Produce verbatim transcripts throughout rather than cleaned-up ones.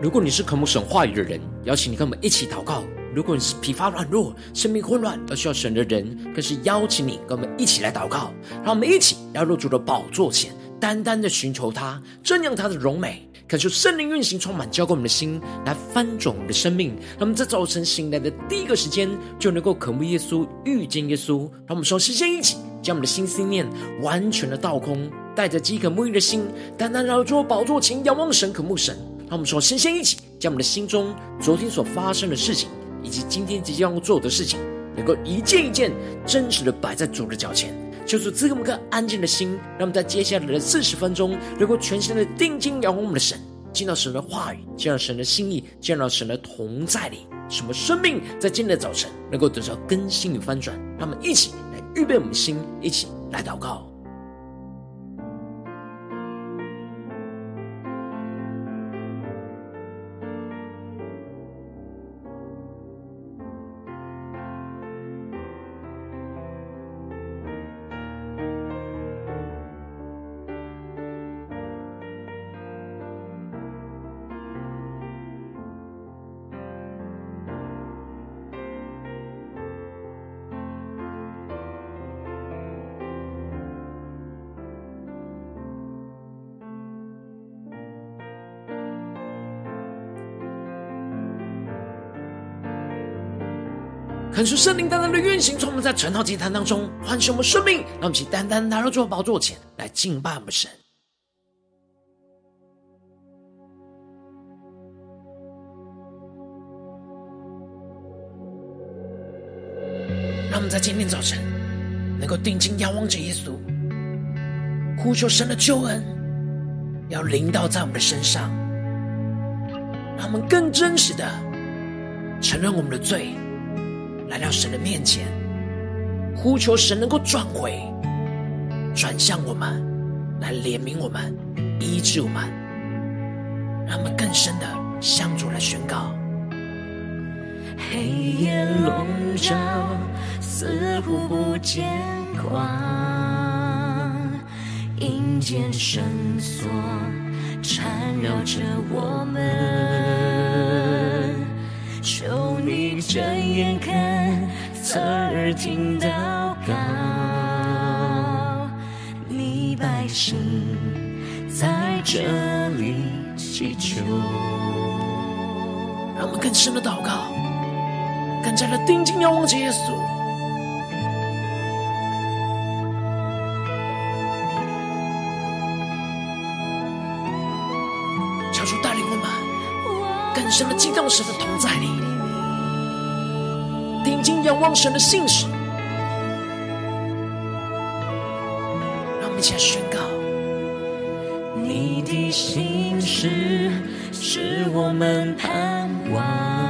如果你是渴慕神话语的人，邀请你跟我们一起祷告；如果你是疲乏软弱、生命混乱而需要神的人，更是邀请你跟我们一起来祷告。让我们一起来入主的宝座前，单单的寻求他，瞻仰他的荣美，恳求圣灵运行充满浇灌我们的心，来翻转我们的生命。让我们在早晨醒来的第一个时间，就能够渴慕耶稣，遇见耶稣。让我们说，先先一起将我们的心思念完全的倒空，带着饥渴沐浴的心，单单来到宝座前，仰望神，渴慕神。让我们说，先先一起将我们的心中昨天所发生的事情，以及今天即将要做的事情，能够一件一件真实的摆在主的脚前。求主赐给我们一颗安静的心，让我们在接下来的四十分钟，能够全心的定睛仰望我们的神，见到神的话语，见到神的心意，见到神的同在里，什么生命在今天的早晨能够得到更新与翻转。让我们一起来预备我们的心，一起来祷告。恳求圣灵单单的运行，从我们在晨祷祭坛当中唤醒我们生命，让我们一起单单来到主的宝座前来敬拜我们神。让我们在今天早晨能够定睛仰望着耶稣，呼求神的救恩要临到在我们的身上，让我们更真实的承认我们的罪，来到神的面前，呼求神能够转回，转向我们，来怜悯我们，医治我们，让我们更深的向主来宣告。 黑夜笼罩，似乎不见光，阴间绳索缠绕着我们，求你睁眼看，侧耳听祷告，你百姓在这里祈求。 让我们更深的祷告，更加的定睛仰望着耶稣。求主带领我们更深的进到神的同在里，定睛仰望神的信实。让我们一起来宣告： 你的信实是我们盼望，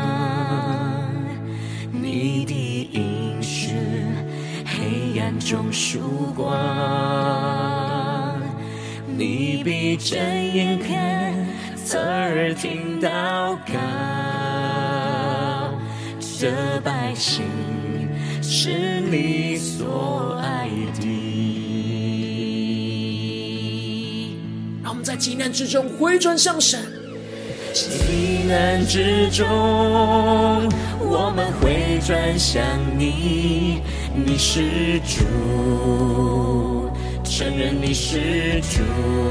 你的应许黑暗中曙光，你必睁眼看，侧耳听祷告，这百姓是你所爱的。 让我们在急难之中回转向神， 急难之中我们回转向你，你是主，承认你是主，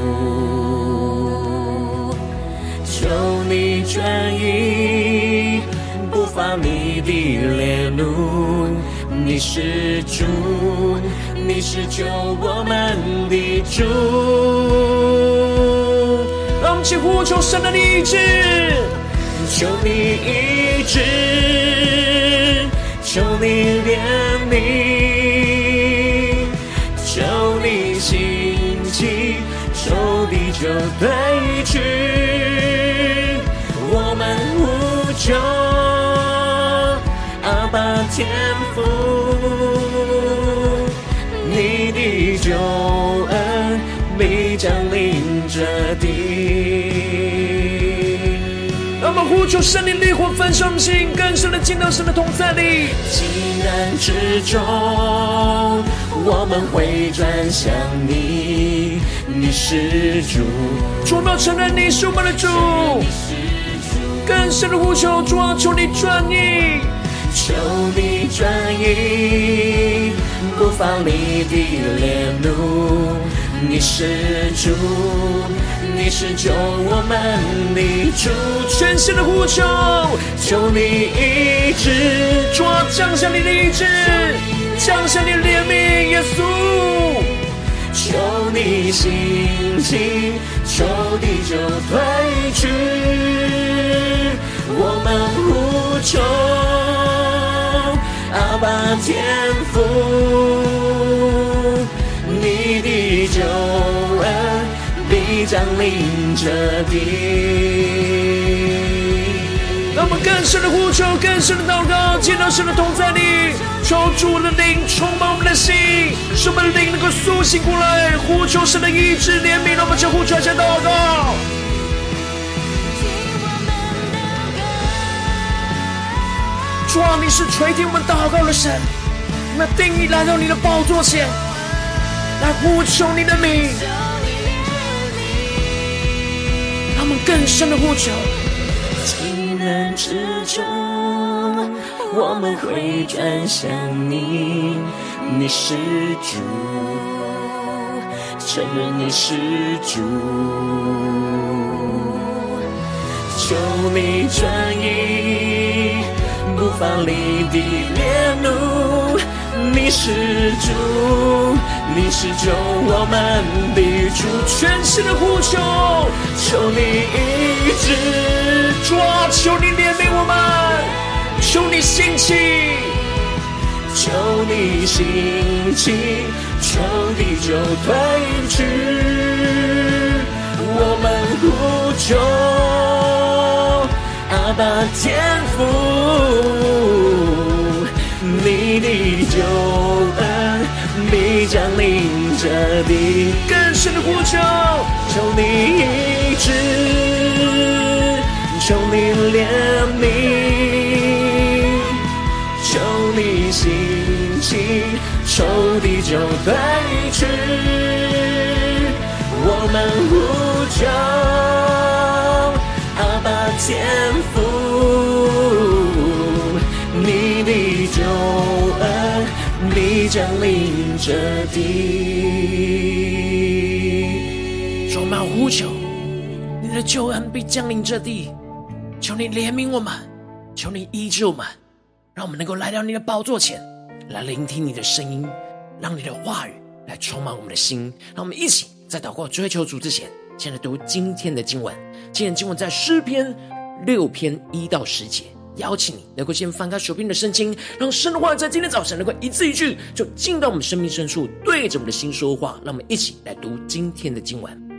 求你转移不发你的烈怒，你是主，你是救我们的主。 让我们一起呼求神的医治， 求你医治，求你怜悯，求你兴起，仇敌就退去，我们呼求阿爸天父，你的救恩必降临这地。 让我们呼求圣灵烈火焚烧我们心，更深的进到神的同在里。 急难之中我们回转向你，你是主， 主，我们要承认你是我们的主， 更深的呼求，主啊，求你转意， 求你转意，不放你的烈怒。你是主，你是救我们的主， 全新的呼求， 求你医治， 主啊，降下你的医治，降下你的怜悯，耶稣。 求你兴起，求地就退去，我们呼求阿爸天父，你的救恩必降临这地。 让我们更深的呼求，更深的祷告，见到神的同在里，求主的灵充满我们的心，使我们的灵能够苏醒过来，呼求神的医治怜悯。让我们将呼求下祷告。主啊，你是垂听我们祷告的神，我们要定义来到你的宝座前，来呼求你的名，让我们更深的呼求。 急难之中，我们会转向你，你是主，承认你是主，求你转意，不放你的烈怒。你是主，你是救我们的主， 全新的呼求， 求你医治， 主啊，求你怜悯我们，求你兴起， 求你兴起，求地就退去，我们呼求阿爸天父，你的救恩必降临这地。 更深的呼求， 求你医治，求你怜悯，求你兴起，求地就退去，我们呼求阿爸天父，你的救恩必降临这地。 主，我们要呼求你的救恩必降临这地，求你怜悯我们，求你医治我们，让我们能够来到你的宝座前，来聆听你的声音，让你的话语来充满我们的心。让我们一起在祷告追求主之前，先来读今天的经文。今天的经文在诗篇六篇一到十节。邀请你能够先翻开手边的圣经，让神的话在今天早晨能够一字一句就进到我们生命深处，对着我们的心说话。让我们一起来读今天的经文。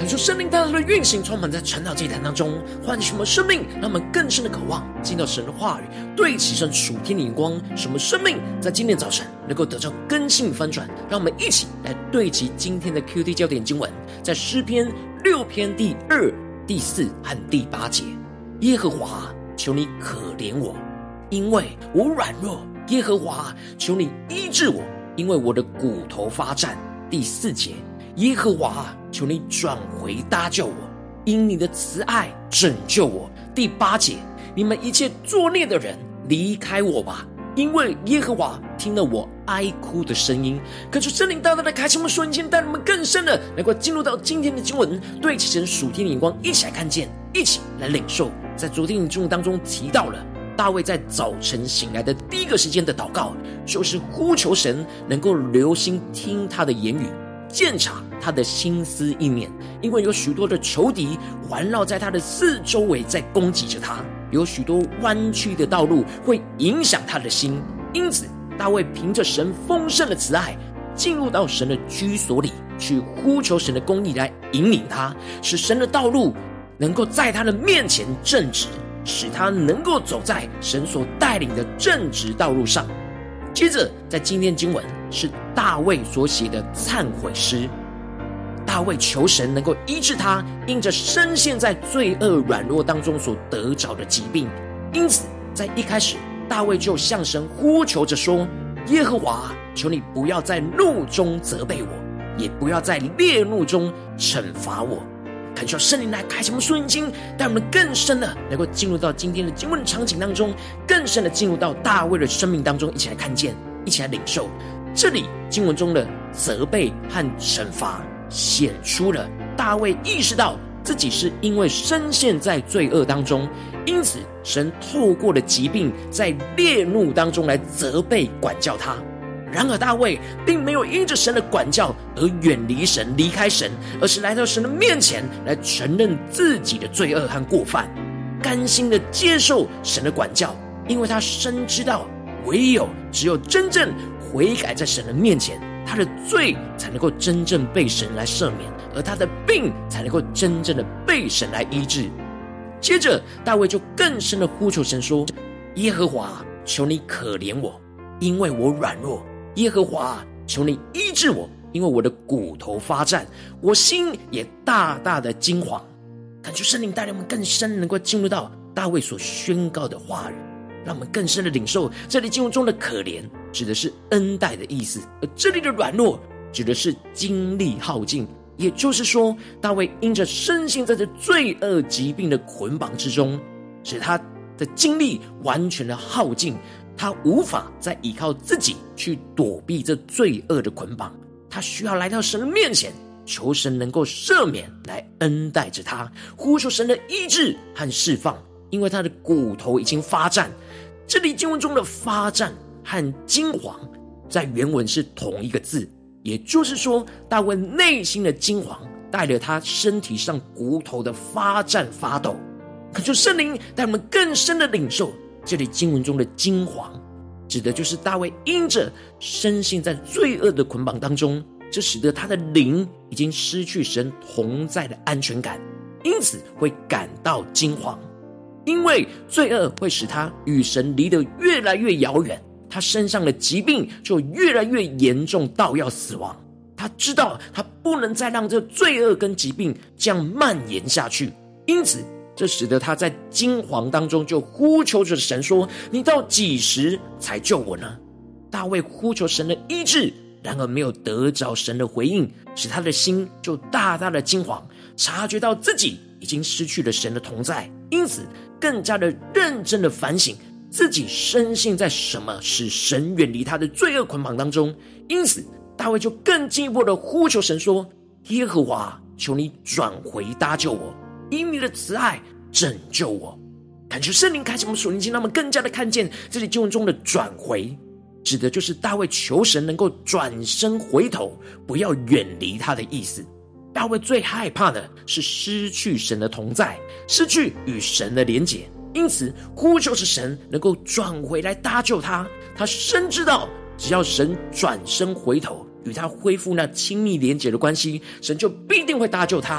恳求圣灵大大的运行，充满在晨祷祭坛当中，唤醒我们生命，让我们更深的渴望进到神的话语，对齐神属天的眼光，使我们生命在今天早晨能够得到更新翻转。让我们一起来对齐今天的 Q T 焦点经文，在诗篇六篇第二、第四和第八节。耶和华，求你可怜我，因为我软弱；耶和华，求你医治我，因为我的骨头发战。第四节，耶和华，求你转回搭救我，因你的慈爱拯救我。第八节，你们一切作孽的人离开我吧，因为耶和华听了我哀哭的声音。恳求圣灵大大的开启我们属灵眼，带我们更深的能够进入到今天的经文，对齐神属天的眼光，一起来看见，一起来领受。在昨天的经文当中提到了大卫在早晨醒来的第一个时间的祷告，就是呼求神能够留心听他的言语，鉴察他的心思意念，因为有许多的仇敌环绕在他的四周围，在攻击着他，有许多弯曲的道路会影响他的心。因此大卫凭着神丰盛的慈爱，进入到神的居所里，去呼求神的公义来引领他，使神的道路能够在他的面前正直，使他能够走在神所带领的正直道路上。接着在今天经文是大卫所写的忏悔诗，大卫求神能够医治他因着深陷在罪恶软弱当中所得着的疾病。因此在一开始大卫就向神呼求着说，耶和华，求你不要在怒中责备我，也不要在烈怒中惩罚我。恳求圣灵来开启我们属灵经，带我们更深的能够进入到今天的经文的场景当中，更深的进入到大卫的生命当中，一起来看见，一起来领受。这里经文中的责备和惩罚显出了大卫意识到自己是因为深陷在罪恶当中，因此神透过了疾病在烈怒当中来责备管教他。然而大卫并没有因着神的管教而远离神，离开神，而是来到神的面前来承认自己的罪恶和过犯，甘心的接受神的管教，因为他深知道唯有只有真正悔改在神的面前，他的罪才能够真正被神来赦免，而他的病才能够真正的被神来医治。接着大卫就更深的呼求神说，耶和华，求你可怜我，因为我软弱；耶和华，求你医治我，因为我的骨头发战，我心也大大的惊惶。感觉圣灵带领我们更深能够进入到大卫所宣告的话语，让我们更深的领受这里经文中的可怜指的是恩待的意思，而这里的软弱指的是精力耗尽。也就是说，大卫因着深陷在这罪恶疾病的捆绑之中，使他的精力完全的耗尽，他无法再依靠自己去躲避这罪恶的捆绑，他需要来到神的面前，求神能够赦免，来恩待着他，呼求神的医治和释放，因为他的骨头已经发战。这里经文中的发战和惊惶在原文是同一个字，也就是说大卫内心的惊惶带了他身体上骨头的发战发抖。恳求圣灵带我们更深的领受，这里经文中的惊惶指的就是大卫因着深陷在罪恶的捆绑当中，这使得他的灵已经失去神同在的安全感，因此会感到惊惶。因为罪恶会使他与神离得越来越遥远，他身上的疾病就越来越严重到要死亡。他知道他不能再让这罪恶跟疾病这样蔓延下去，因此这使得他在惊惶当中就呼求着神说，你到几时才救我呢？大卫呼求神的医治，然而没有得着神的回应，使他的心就大大的惊惶，察觉到自己已经失去了神的同在，因此更加的认真的反省自己深陷在什么使神远离他的罪恶捆绑当中。因此大卫就更进一步的呼求神说，耶和华，求你转回搭救我，因你的慈爱拯救我。感谢圣灵开启我们属灵经，让我们更加的看见这里经文中的转回指的就是大卫求神能够转身回头，不要远离他的意思。大卫最害怕的是失去神的同在，失去与神的连结，因此呼求着神能够转回来搭救他。他深知道只要神转身回头与他恢复那亲密连结的关系，神就必定会搭救他。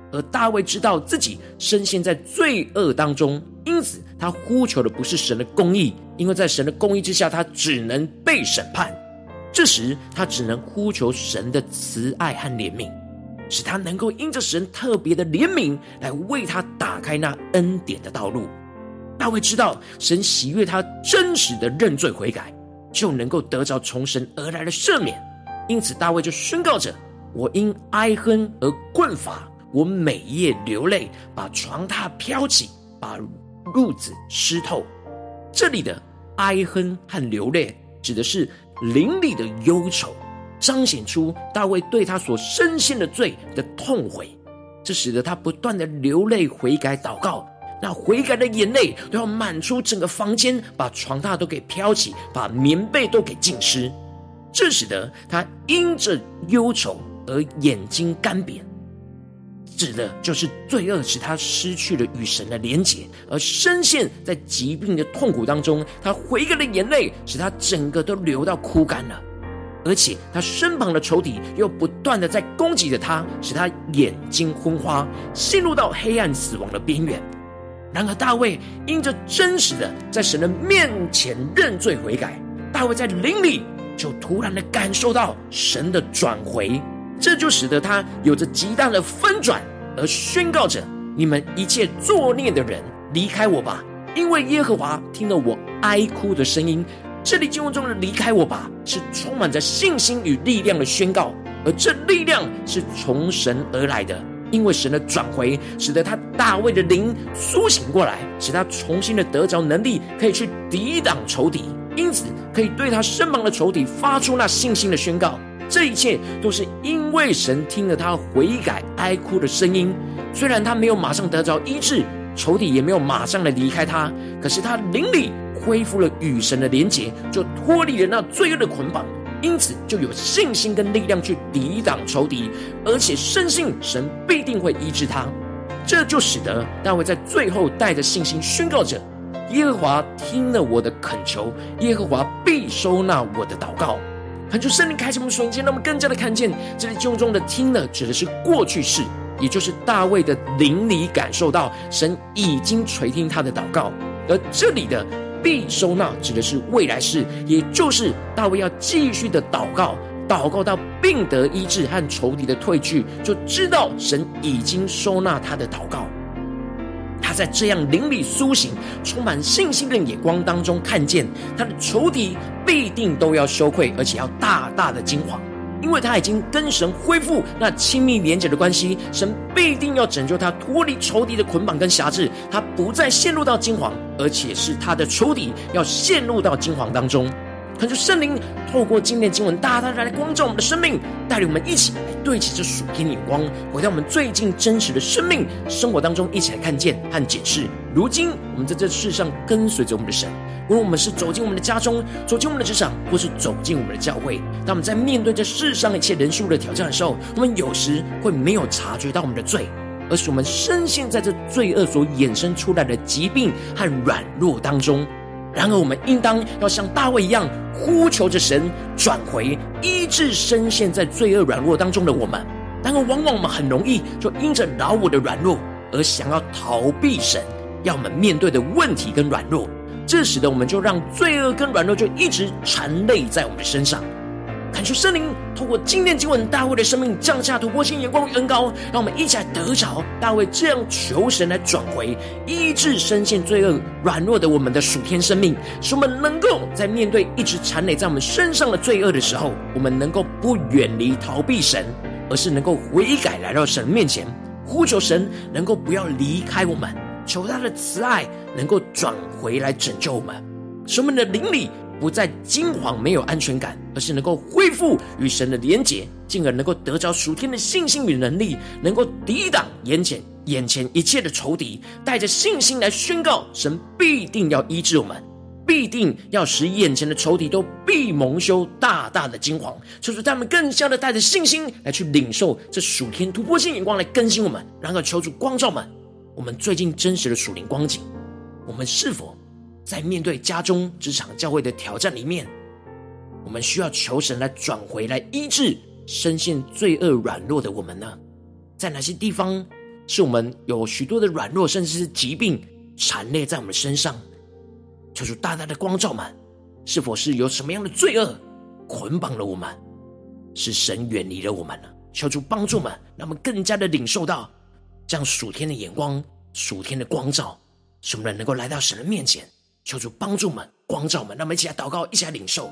而大卫知道自己深陷在罪恶当中，因此他呼求的不是神的公义，因为在神的公义之下，他只能被审判。这时他只能呼求神的慈爱和怜悯，使他能够因着神特别的怜悯来为他打开那恩典的道路。大卫知道神喜悦他真实的认罪悔改，就能够得着从神而来的赦免。因此大卫就宣告着，我因哀恨而困乏，我每夜流泪，把床榻飘起，把褥子湿透。这里的哀恨和流泪指的是灵里的忧愁，彰显出大卫对他所深陷的罪的痛悔，这使得他不断的流泪悔改祷告，那悔改的眼泪都要满出整个房间，把床榻都给飘起，把棉被都给浸湿。这使得他因着忧愁而眼睛干瘪，指的就是罪恶使他失去了与神的连结，而深陷在疾病的痛苦当中。他悔改的眼泪使他整个都流到枯干了，而且他身旁的仇敌又不断的在攻击着他，使他眼睛昏花，陷入到黑暗死亡的边缘。然而大卫因着真实的在神的面前认罪悔改，大卫在灵里就突然的感受到神的转回，这就使得他有着极大的翻转，而宣告着，你们一切作孽的人离开我吧，因为耶和华听了我哀哭的声音。这里经文中的离开我吧，是充满着信心与力量的宣告，而这力量是从神而来的，因为神的转回使得他大卫的灵苏醒过来，使他重新的得着能力，可以去抵挡仇敌，因此可以对他身旁的仇敌发出那信心的宣告。这一切都是因为神听了他悔改哀哭的声音，虽然他没有马上得着医治，仇敌也没有马上的离开他，可是他灵里恢复了与神的连结，就脱离了那罪恶的捆绑，因此就有信心跟力量去抵挡仇敌，而且深信神必定会医治他。这就使得大卫在最后带着信心宣告着，耶和华听了我的恳求，耶和华必收纳我的祷告。恳求圣灵开启我们属灵眼，让我们更加的看见，这里经文中的听了指的是过去式，也就是大卫的灵里感受到神已经垂听他的祷告，而这里的必收纳指的是未来式，也就是大卫要继续的祷告，祷告到病得医治和仇敌的退去，就知道神已经收纳他的祷告。他在这样灵里苏醒充满信心的眼光当中，看见他的仇敌必定都要羞愧，而且要大大的惊惶，因为他已经跟神恢复那亲密连结的关系，神必定要拯救他脱离仇敌的捆绑跟辖制，他不再陷入到惊惶，而且是他的仇敌要陷入到惊惶当中。恳求圣灵透过今天的经文大大的来光照我们的生命，带领我们一起来对齐这属天的眼光，回到我们最近真实的生命生活当中，一起来看见和检视。如今我们在这世上跟随着我们的神，无论我们是走进我们的家中，走进我们的职场，或是走进我们的教会，当我们在面对这世上一切人事物的挑战的时候，我们有时会没有察觉到我们的罪，而是我们深陷在这罪恶所衍生出来的疾病和软弱当中。然而我们应当要像大卫一样，呼求着神转回医治深陷在罪恶软弱当中的我们。然而往往我们很容易就因着老我的软弱而想要逃避神要我们面对的问题跟软弱，这使得我们就让罪恶跟软弱就一直缠累在我们的身上。恳求圣灵透过今天经文大卫的生命降下突破性眼光与恩膏，让我们一起来得着大卫这样求神来转回医治深陷罪恶软弱的我们的属天生命，使我们能够在面对一直缠累在我们身上的罪恶的时候，我们能够不远离逃避神，而是能够悔改来到神面前，呼求神能够不要离开我们，求他的慈爱能够转回来拯救我们，使我们的灵里不再惊惶没有安全感，而是能够恢复与神的连结，进而能够得着属天的信心与能力，能够抵挡眼前眼前一切的仇敌，带着信心来宣告神必定要医治我们，必定要使眼前的仇敌都必蒙羞，大大的惊惶。求主他们更加的带着信心来去领受这属天突破性眼光来更新我们。然而求主光照们我们最近真实的属灵光景，我们是否在面对家中职场教会的挑战里面，我们需要求神来转回来医治深陷罪恶软弱的我们呢？在哪些地方是我们有许多的软弱，甚至是疾病缠累在我们身上。求主大大的光照们，是否是有什么样的罪恶捆绑了我们，是神远离了我们呢？求主帮助们，让我们更加的领受到这样属天的眼光、属天的光照，使我们能够来到神的面前。求主帮助们、光照们，让我们一起来祷告，一起来领受。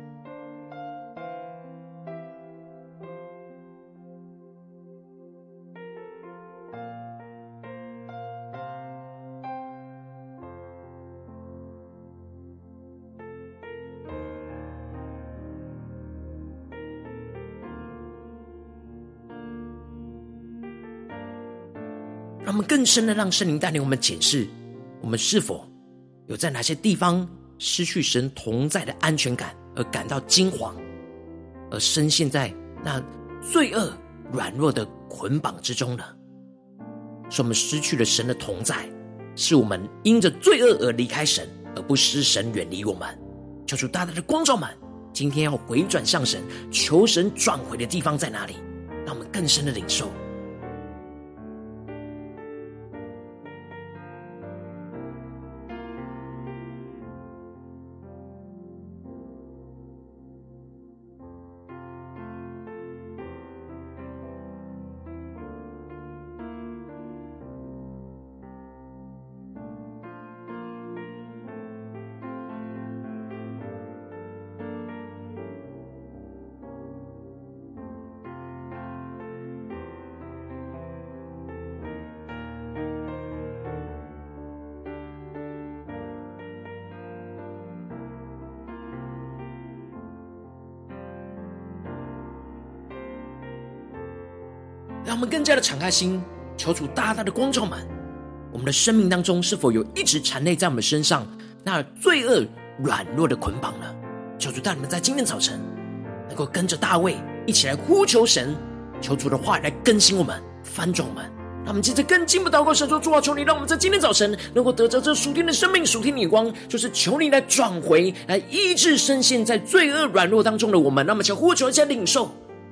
让我们更深的让圣灵带领我们检视，我们是否有在哪些地方失去神同在的安全感，而感到惊惶，而深陷在那罪恶软弱的捆绑之中呢？是我们失去了神的同在，是我们因着罪恶而离开神，而不是神远离我们。求主大大的光照们，今天要回转向神，求神转回的地方在哪里？让我们更深的领受。让我们更加的敞开心，求主大大的光照们，我们的生命当中是否有一直缠累在我们身上那罪恶软弱的捆绑呢？求主带你们在今天早晨能够跟着大卫一起来呼求神，求主的话语来更新我们，翻转我们。让我们接着更进一步祷告，神说：主啊，求你让我们在今天早晨能够得着这属天的生命、属天的眼光，就是求你来转回，来医治深陷在罪恶软弱当中的我们。让我们求呼求一下领受。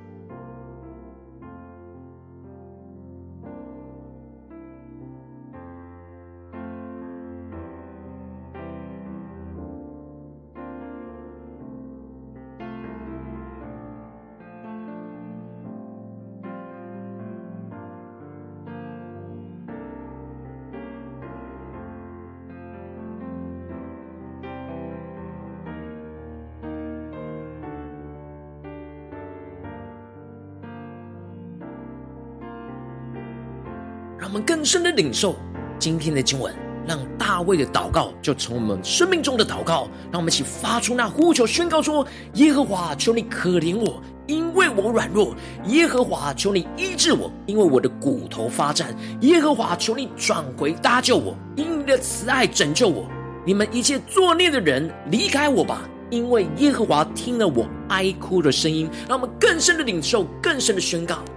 让我们更深的领受今天的经文，让大卫的祷告就成我们生命中的祷告。让我们一起发出那呼求，宣告说：耶和华，求你可怜我，因为我软弱；耶和华，求你医治我，因为我的骨头发战；耶和华，求你转回搭救我，因你的慈爱拯救我。你们一切作孽的人离开我吧，因为耶和华听了我哀哭的声音。让我们更深的领受，更深的宣告。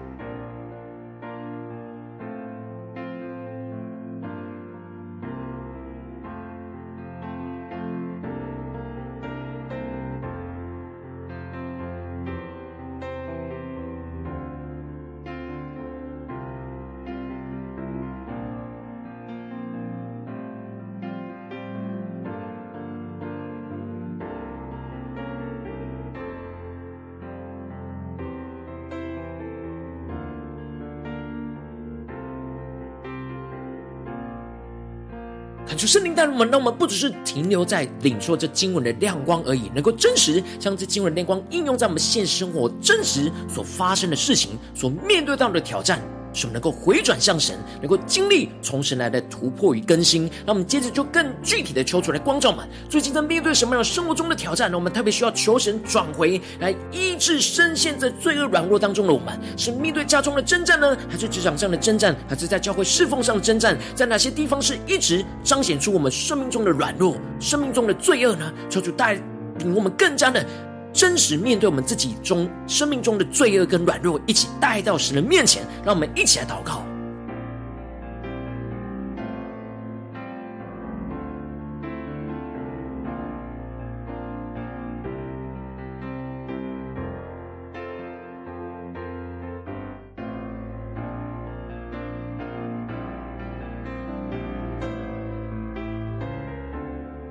恳求圣灵带领我们，让我们不只是停留在领受这经文的亮光而已，能够真实将这经文的亮光应用在我们现实生活真实所发生的事情，所面对到的挑战，使我们能够回转向神，能够经历从神来的突破与更新。让我们接着就更具体的求出来光照们，最近在面对什么样生活中的挑战呢？我们特别需要求神转回来医治深陷在罪恶软弱当中的我们，是面对家中的征战呢，还是职场上的征战，还是在教会侍奉上的征战？在哪些地方是一直彰显出我们生命中的软弱、生命中的罪恶呢？求主带领我们更加的真实面对我们自己中生命中的罪恶跟软弱，一起带到神的面前。让我们一起来祷告。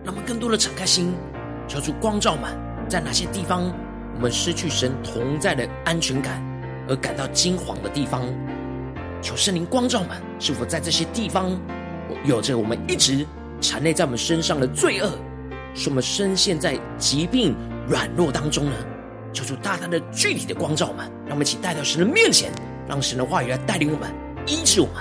让我们更多的敞开心，求主光照满，在哪些地方我们失去神同在的安全感而感到惊惶的地方，求圣灵光照满，是否在这些地方有着我们一直缠累在我们身上的罪恶，使我们深陷在疾病软弱当中呢？求主大大的具体的光照满，让我们一起带到神的面前，让神的话语来带领我们，医治我们。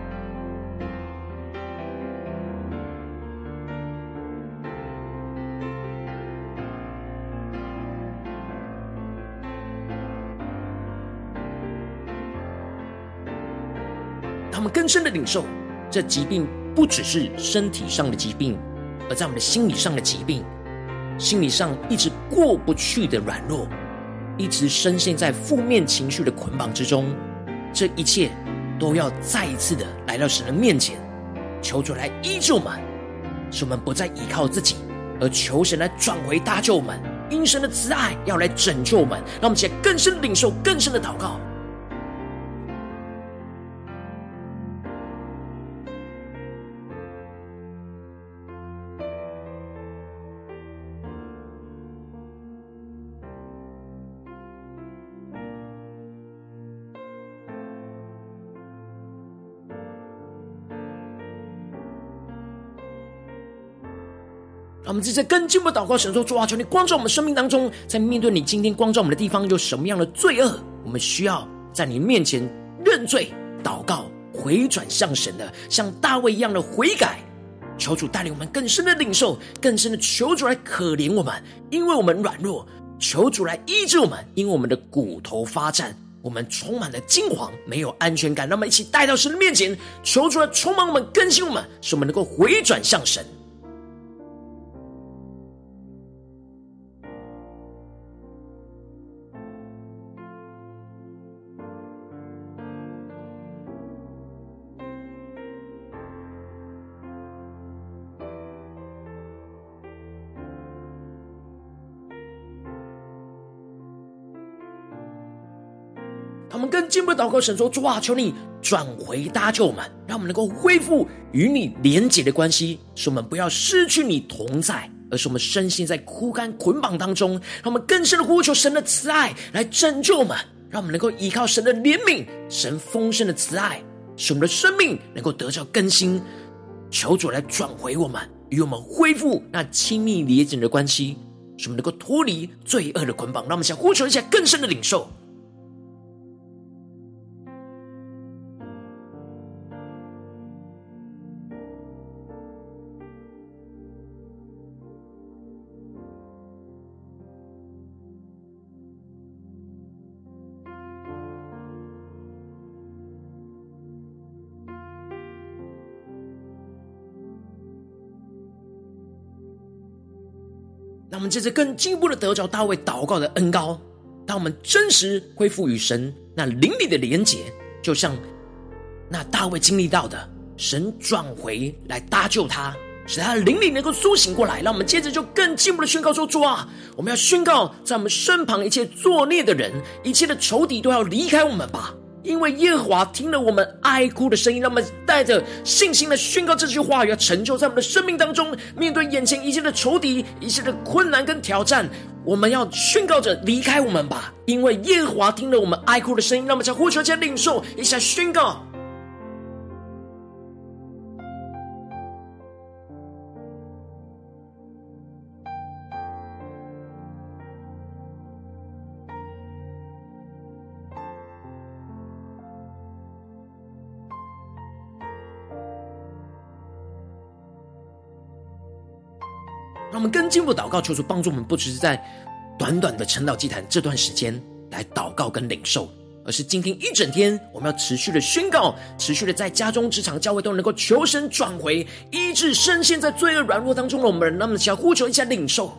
他们更深的领受，这疾病不只是身体上的疾病，而在我们的心理上的疾病，心理上一直过不去的软弱，一直深陷在负面情绪的捆绑之中，这一切都要再一次的来到神的面前，求主来医治我们，使我们不再依靠自己，而求神来转回搭救我们，因神的慈爱要来拯救我们。让我们一起来更深的领受，更深的祷告。让我们在更进一步祷告，神说：主啊，求你光照我们生命当中，在面对你今天光照我们的地方，有什么样的罪恶，我们需要在你面前认罪、祷告、回转向神的，像大卫一样的悔改。求主带领我们更深的领受，更深的求主来可怜我们，因为我们软弱；求主来医治我们，因为我们的骨头发战，我们充满了惊惶，没有安全感。让我们一起带到神的面前，求主来充满我们，更新我们，使我们能够回转向神。他们更进一步祷告，神说：主啊，求你转回搭救我们，让我们能够恢复与你连结的关系，使我们不要失去你同在，而是我们深陷在枯干捆绑当中。让我们更深的呼求神的慈爱来拯救我们，让我们能够依靠神的怜悯，神丰盛的慈爱，使我们的生命能够得到更新。求主来转回我们，与我们恢复那亲密连结的关系，使我们能够脱离罪恶的捆绑。让我们想呼求一下更深的领受。让我们接着更进一步的得着大卫祷告的恩膏，当我们真实恢复与神那灵里的连结，就像那大卫经历到的，神转回来搭救他，使他的灵里能够苏醒过来。让我们接着就更进一步的宣告说：主啊，我们要宣告在我们身旁一切作孽的人，一切的仇敌都要离开我们吧，因为耶和华听了我们哀哭的声音。让我们带着信心的宣告这句话语，要成就在我们的生命当中。面对眼前一切的仇敌，一切的困难跟挑战，我们要宣告着离开我们吧，因为耶和华听了我们哀哭的声音。让我们再呼求，再领受一下宣告。让我们更进一步祷告，求主帮助我们，不只是在短短的晨祷祭坛这段时间来祷告跟领受，而是今天一整天我们要持续的宣告，持续的在家中、职场、教会都能够求神转回，医治深陷在罪恶软弱当中的我们。让我们想呼求一下领受。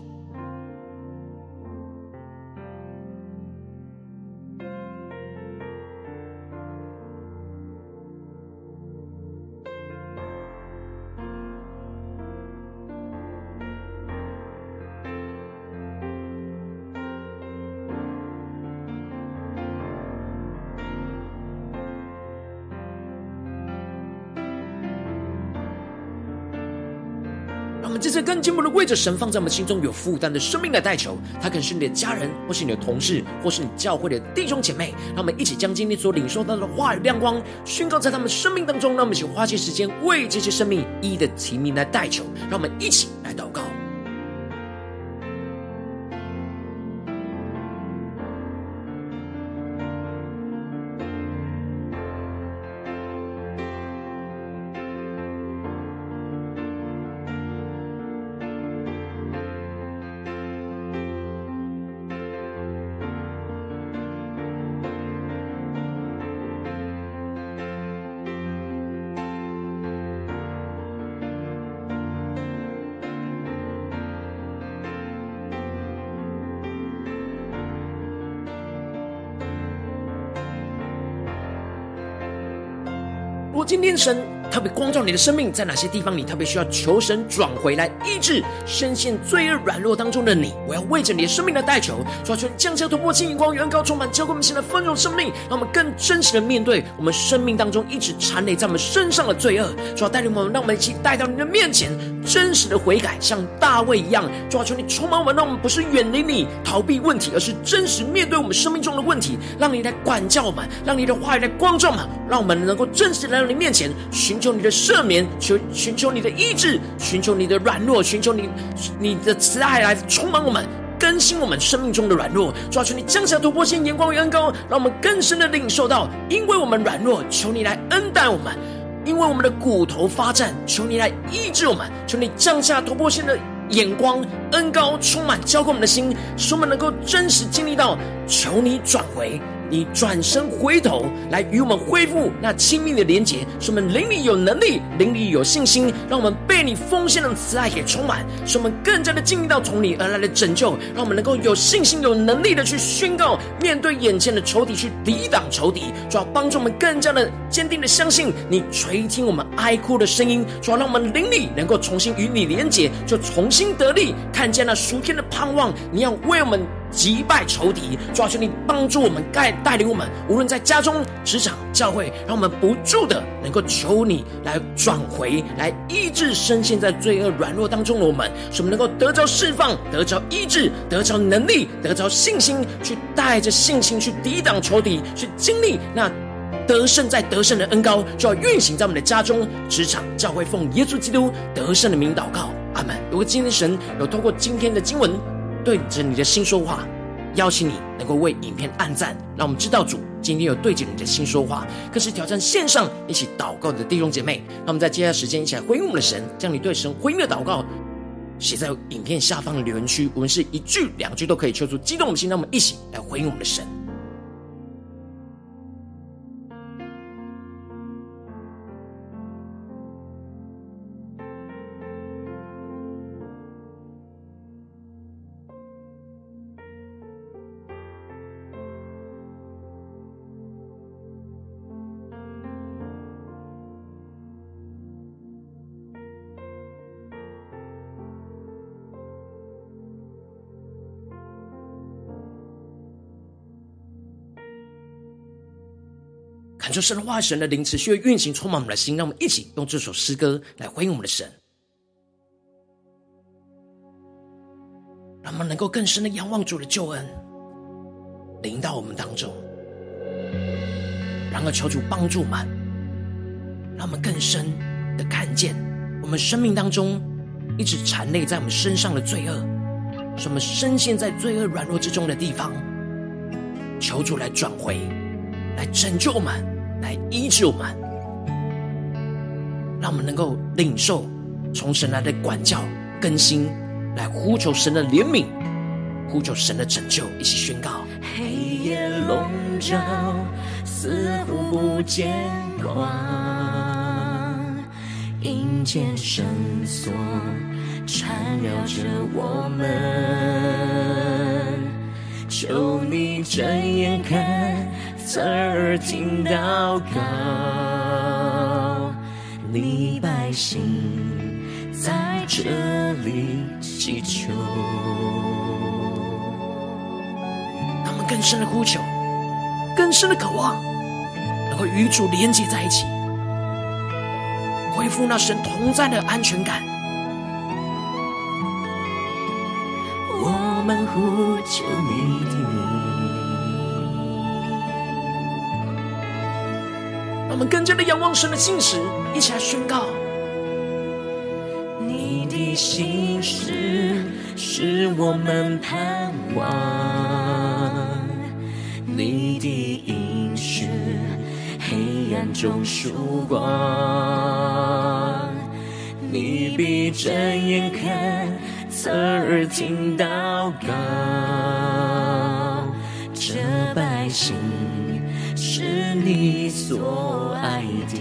让我们这次更进一步的为着神放在我们心中有负担的生命来代求。他可能是你的家人，或是你的同事，或是你教会的弟兄姐妹。让我们一起将今天所领受到的话语亮光宣告在他们生命当中。让我们一起花些时间为这些生命一一的提名来代求。让我们一起来祷告。如果今天神特别光照你的生命，在哪些地方你特别需要求神转回来医治深陷罪恶软弱当中的你，我要为着你的生命来代求，主要求你降下突破性眼光，远高充满浇灌我们现在丰盛生命，让我们更真实的面对我们生命当中一直缠累在我们身上的罪恶。主要带领我们，让我们一起带到你的面前，真实的悔改，像大卫一样。主要求你充满我们，让我们不是远离你逃避问题，而是真实面对我们生命中的问题，让你来管教我们，让你的话语来光照我们，让我们能够真实来到你面前，寻求你的赦免，求寻求你的医治，寻求你的软弱，寻求你你的慈爱来充满我们，更新我们生命中的软弱。主要求你降下突破性眼光与恩膏，让我们更深的领受到，因为我们软弱，求你来恩待我们；因为我们的骨头发战，求你来医治我们。求你降下突破性的眼光、恩膏，充满浇灌我们的心，使我们能够真实经历到，求你转回。你转身回头来与我们恢复那亲密的连结，使我们灵里有能力，灵里有信心，让我们被你丰盛的慈爱给充满，使我们更加的经历到从你而来的拯救，让我们能够有信心有能力的去宣告，面对眼前的仇敌，去抵挡仇敌。主要帮助我们更加的坚定的相信你垂听我们哀哭的声音，主要让我们灵里能够重新与你连结，就重新得力，看见那属天的盼望，你要为我们击败仇敌。主要求你帮助我们，带带领我们，无论在家中、职场、教会，让我们不住的能够求你来转回，来医治深陷在罪恶软弱当中的我们，使我们能够得着释放，得着医治，得着能力，得着信心，去带着信心去抵挡仇敌，去经历那得胜在得胜的恩膏，就要运行在我们的家中、职场、教会，奉耶稣基督得胜的名祷告，阿们。如果今天神有透过今天的经文对着你的心说话，邀请你能够为影片按赞，让我们知道主今天有对着你的心说话。更是挑战线上一起祷告的弟兄姐妹，让我们在接下来时间一起来回应我们的神，将你对神回应的祷告写在影片下方的留言区，无论是一句两句都可以，求主激动我们的心，让我们一起来回应我们的神。感受神的话语，神的灵持续的运行充满我们的心，让我们一起用这首诗歌来回应我们的神，让我们能够更深的仰望主的救恩临到我们当中。然而求主帮助我们，让我们更深的看见我们生命当中一直缠累在我们身上的罪恶，使我们深陷在罪恶软弱之中的地方，求主来转回，来拯救我们，来医治我们，让我们能够领受从神来的管教更新，来呼求神的怜悯，呼求神的拯救，一起宣告。 黑夜笼罩，似乎不见光，阴间绳索缠绕着我们，求你睁眼看，侧耳听祷告，你百姓在这里祈求。 让我们更深的呼求，更深的渴望，能够与主连接在一起，恢复那神同在的安全感， 们呼求你的名。 让我们更加的仰望神的信实，一起来宣告： 你的信实是我们盼望，你的应许黑暗中曙光，你必睁眼看，侧耳听祷告，这百姓是你所爱的。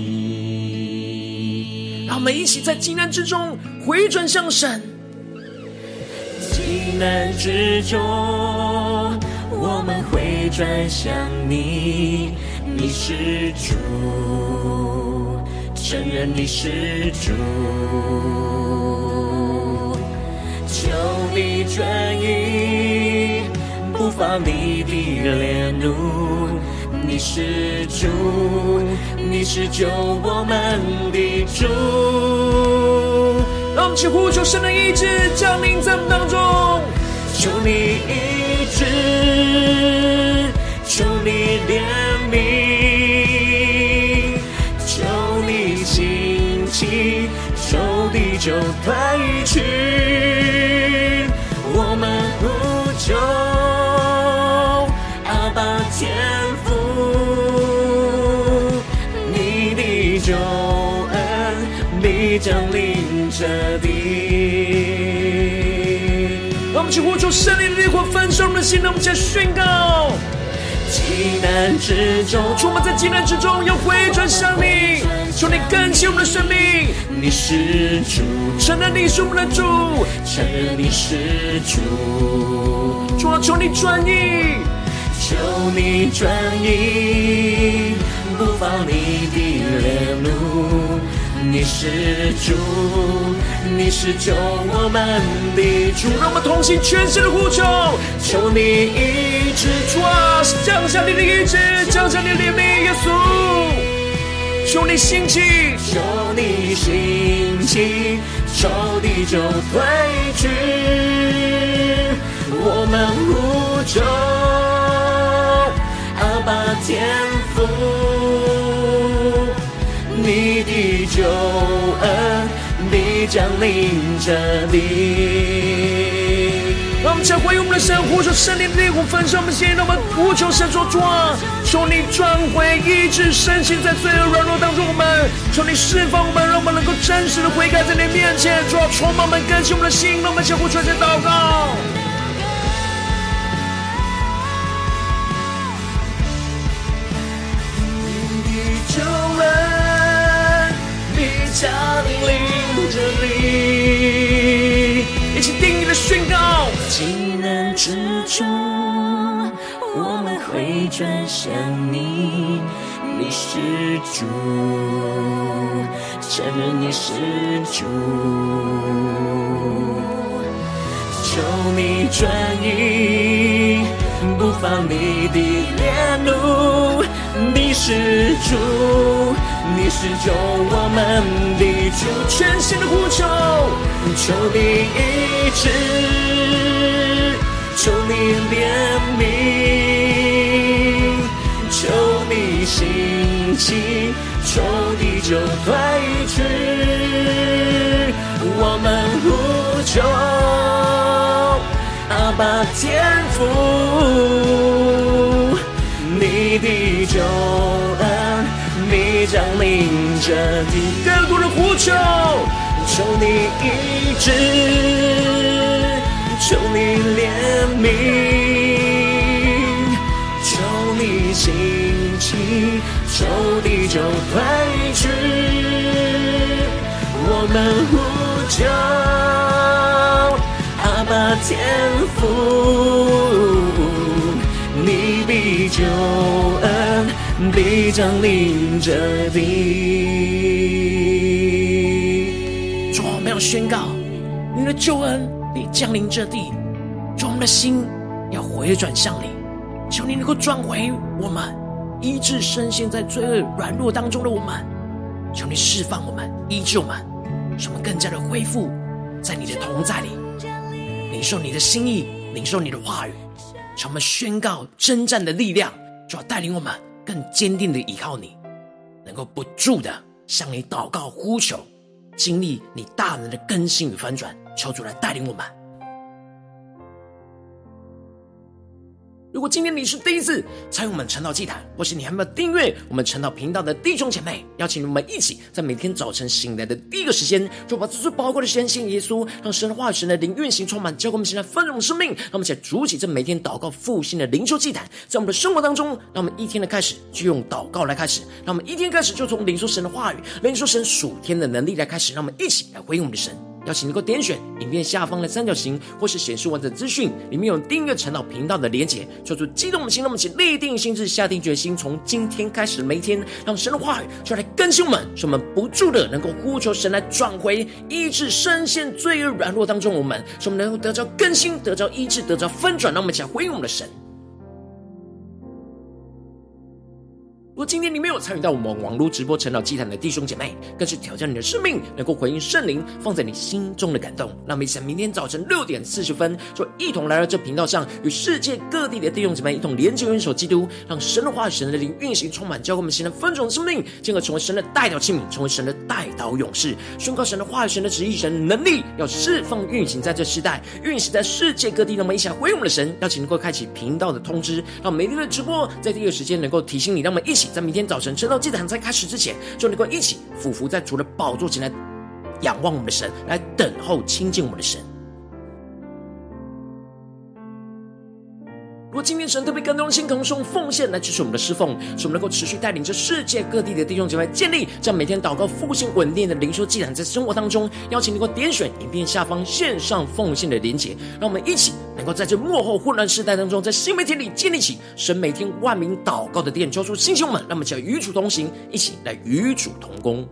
让我们一起在急难之中回转向神。 急难之中，我们回转向你，你是主，承认你是主，求你转移不发你的烈怒，你是主，你是救我们的主。 让我们一起呼求神的医治降临在我们当中， 求你医治，求你怜悯，求你兴起，仇敌就退去。我们呼求阿爸天父，你的救恩必降临这地。 让我们一起呼求圣灵的烈火焚烧我们的心，让我们一起来宣告： 急难之中， 主，我们在急难之中要回转向你，求你更新我们的生命。 你是主， 承认你是我们的主， 承认你是主， 主啊，求你转移， 求你转移不发你的烈怒，你是主，你是救我们的主。 让我们同心全心的呼求， 求你医治， 主啊，降下你的医治，降下你的怜悯，耶稣，求你兴起， 求你兴起，仇敌就退去。我们呼求阿爸天父，你的救恩必降临这地。 让我们再回应我们的神，呼求圣灵的烈火焚烧我们的心，让我们呼求神说：主啊，求你转回医治身心在罪恶软弱当中我们，求你释放我们，让我们能够真实的悔改在你面前。主啊，充满我们，更新我们的心，让我们相互传接祷告。 救恩必降临这里， 一起定义的宣告： 急难之中，我们会转向你，你是主，承认你是主，求你转移不发你的烈怒，你是主，你是救我们的主。 全心的呼求， 求你医治，求你怜悯，求你兴起，仇敌就退去。我们呼求阿爸天父，你的救恩必降临这地。 更多的呼求， 求你医治，求你怜悯，求你兴起，仇敌就退去。我们呼求阿爸天父，你必救恩必降临这地。 主啊，我们要宣告你的救恩必降临这地。主啊，我们的心要回转向你，求你能够转回我们，医治身陷在罪恶软弱当中的我们。求你释放我们，医治我们，使我们更加的恢复在你的同在里，领受你的心意， 领受你的话语，让我们宣告征战的力量，就要带领我们更坚定的依靠你，能够不住的向你祷告呼求，经历你大能的更新与翻转。求主来带领我们。如果今天你是第一次参与我们晨祷祭坛，或是你还没有订阅我们晨祷频道的弟兄姐妹，邀请你们一起在每天早晨醒来的第一个时间，就把这最宝贵的时间献耶稣，让神的话语、神的灵运行充满，教给我们现在丰盛的生命。让我们一起来筑起这每天祷告复兴的灵修祭坛，在我们的生活当中，让我们一天的开始就用祷告来开始，让我们一天开始就从领受神的话语、领受神属天的能力来开始，让我们一起来回应我们的神。邀请能够点选影片下方的三角形，或是显示完整资讯里面有订阅晨祷频道的连结，求主激动我们心，让我们一起立定心志，下定决心，从今天开始的每一天，让神的话语就来更新我们，使我们不住的能够呼求神来转回医治深陷罪恶软弱当中我们，使我们能够得着更新，得着医治，得着翻转。让我们一起来回应我们的神。如果今天你没有参与到我们网络直播晨祷祭坛的弟兄姐妹，更是挑战你的生命，能够回应圣灵放在你心中的感动。那么一起明天早晨六点四十分，就一同来到这频道上，与世界各地的弟兄姐妹一同连接元首基督，让神的话语、神的灵运行充满，教会我们现在分种的生命，进而成为神的代祷器皿，成为神的代祷勇士，宣告神的话语、神的旨意、神的能力，要释放运行在这世代，运行在世界各地。那么一起来回应我们的神，邀请能够开启频道的通知，让每天的直播在第一个时间能够提醒你，让我们一起在明天早晨晨祷祭坛在开始之前，就能够一起俯伏在主的宝座前来仰望我们的神，来等候亲近我们的神。如果今天神特别感动的心，可能是用奉献来支持我们的侍奉，使我们能够持续带领着世界各地的弟兄姐妹建立这样每天祷告复兴稳定的灵修祭坛，在生活当中，邀请能够点选影片下方线上奉献的连结，让我们一起能够在这末后混乱时代当中，在新媒体里建立起神每天万名祷告的殿，交出星星们，让我们一起来与主同行，一起来与主同工。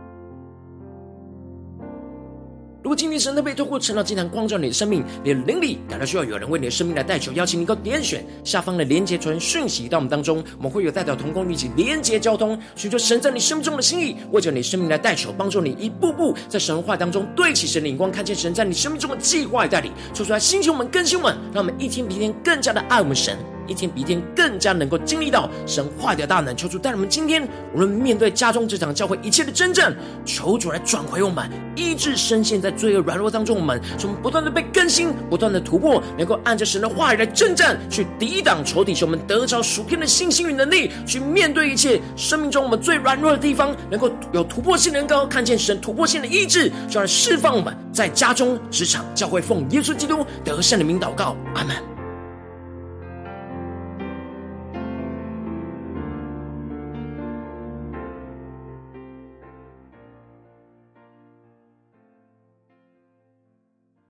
如果今天神特别透过晨祷祭坛光照你的生命，你的灵里感到需要有人为你的生命来代求，邀请你能够点选下方的连结传讯息到我们当中，我们会有代表同工一起连结交通，寻求神在你生命中的心意，为着你生命来代求，帮助你一步步在神话当中对齐神的眼光，看见神在你生命中的计划与带领，说出来兴起我们更新我们，让我们一天比一天更加的爱我们神，一天比一天更加能够经历到神话语的大能。求主带我们今天无论面对家中职场教会一切的征战，求主来转回我们，医治深陷在罪恶软弱当中我们，使我们不断的被更新，不断的突破，能够按着神的话语来征战，去抵挡仇敌，使我们得着属天的信心与能力，去面对一切生命中我们最软弱的地方，能够有突破性的能够看见神突破性的医治，就来释放我们在家中职场教会，奉耶稣基督得胜的名祷告，阿们。